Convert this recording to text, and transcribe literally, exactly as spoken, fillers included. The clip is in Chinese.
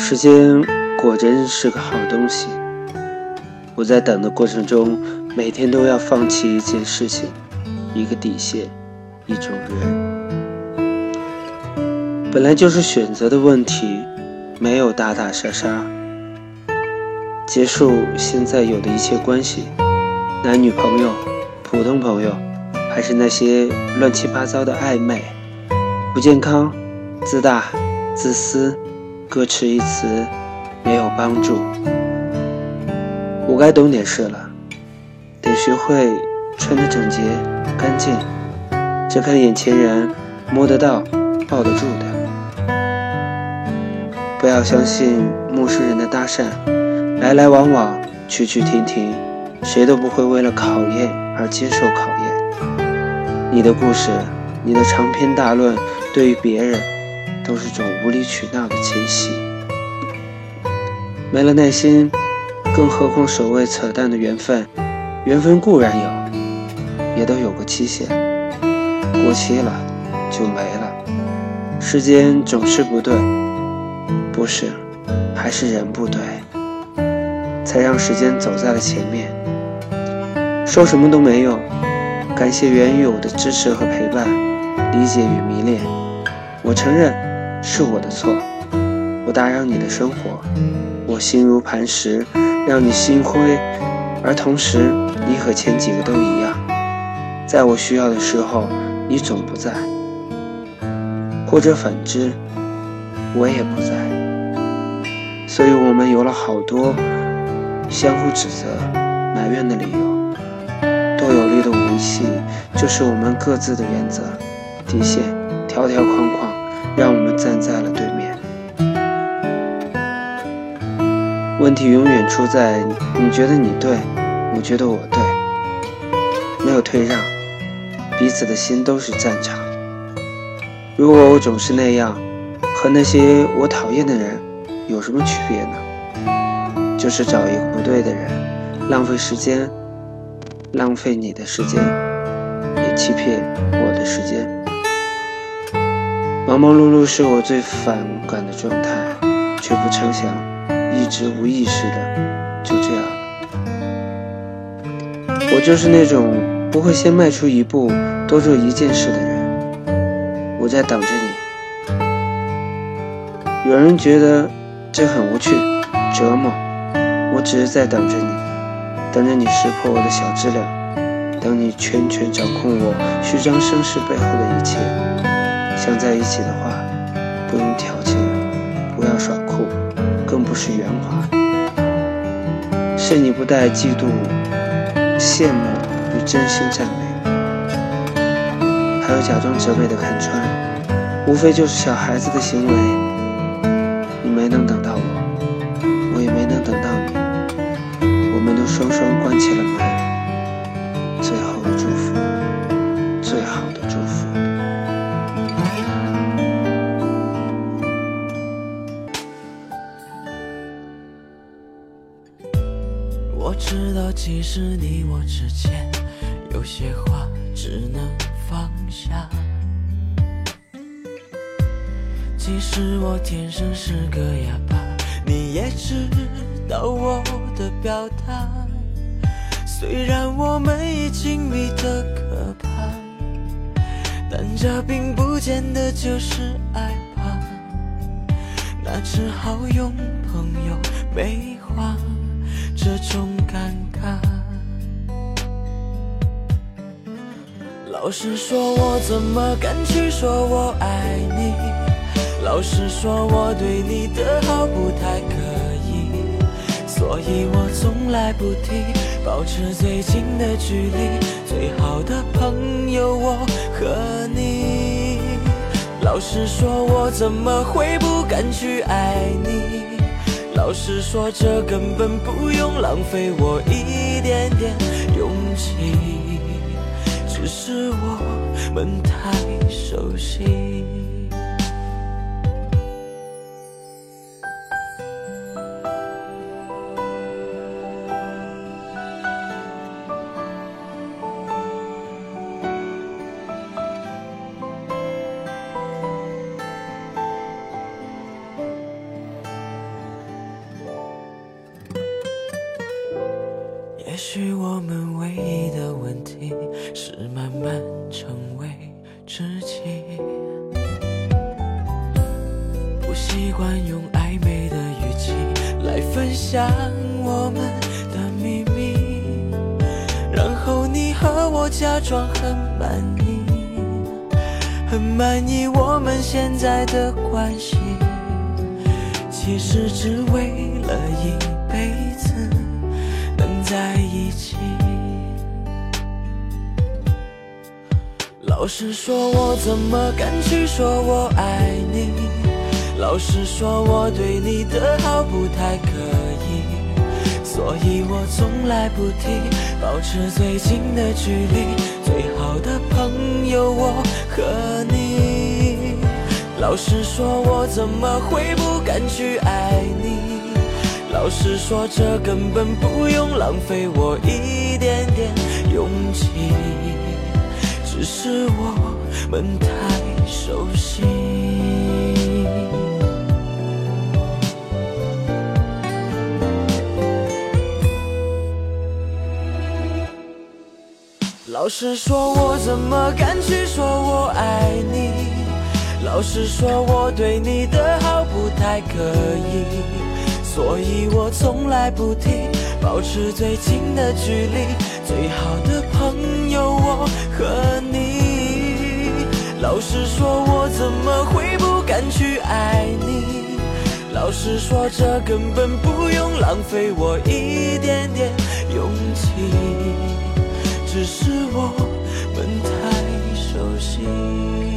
时间果真是个好东西。我在等的过程中，每天都要放弃一件事情，一个底线，一种人。本来就是选择的问题，没有打打杀杀。结束现在有的一切关系，男女朋友、普通朋友，还是那些乱七八糟的暧昧，不健康、自大、自私，各持一词，没有帮助。我该懂点事了，得学会穿得整洁干净，只看眼前人，摸得到抱得住的。不要相信陌生人的搭讪，来来往往，去去停停，谁都不会为了考验而接受考验。你的故事，你的长篇大论，对于别人都是种无理取闹的迁徙。没了耐心，更何况所谓扯淡的缘分，缘分固然有，也都有个期限，过期了就没了。时间总是不对，不是，还是人不对，才让时间走在了前面。说什么都没用，感谢原有的支持和陪伴，理解与迷恋。我承认是我的错，我打扰你的生活，我心如磐石，让你心灰，而同时你和前几个都一样，在我需要的时候你总不在，或者反之，我也不在。所以我们有了好多相互指责埋怨的理由。多有力的武器，就是我们各自的原则底线，条条框框，让我们站在了对面。问题永远出在你觉得你对，我觉得我对，没有退让，彼此的心都是战场。如果我总是那样，和那些我讨厌的人有什么区别呢？就是找一个不对的人，浪费时间，浪费你的时间，也欺骗我的时间。忙忙碌碌是我最反感的状态，却不成想一直无意识的就这样了。我就是那种不会先迈出一步多做一件事的人。我在等着你。有人觉得这很无趣折磨，我只是在等着你，等着你识破我的小伎俩，等你全权掌控我虚张声势背后的一切。想在一起的话，不用调情，不要耍酷，更不是圆滑，是你不带嫉妒、羡慕与真心赞美，还有假装责备的看穿，无非就是小孩子的行为。你没能等到我，我也没能等到你，我们都双双关起了门。最后的祝福，最好的祝福。 我知道其实你我之间有些话只能放下，其实我天生是个哑巴，你也知道我的表达。虽然我们已经迷得可怕，但这并不见得就是爱吧，那只好用朋友美化这种尴尬。老实说，我怎么敢去说我爱你？老实说，我对你的好不太可以，所以我从来不提，保持最近的距离，最好的朋友我和你。老实说，我怎么会不敢去爱你？老实说，这根本不用浪费我一点点勇气，只是我们太熟悉。 我们唯一的问题是慢慢成为知己。不习惯用暧昧的语气来分享我们的秘密，然后你和我假装很满意，很满意我们现在的关系，其实只为了一辈子能在一起。老实说，我怎么敢去说我爱你？老实说，我对你的好不太可以，所以我从来不提，保持最近的距离，最好的朋友我和你。老实说，我怎么会不敢去爱你？老实说，这根本不用浪费我一点点勇气，只是我们太熟悉。老实说，我怎么敢去说我爱你？老实说，我对你的好不太可以，所以我从来不提，保持最近的距离，最好的朋友我和你。老实说，我怎么会不敢去爱你？老实说，这根本不用浪费我一点点勇气，只是我们太熟悉。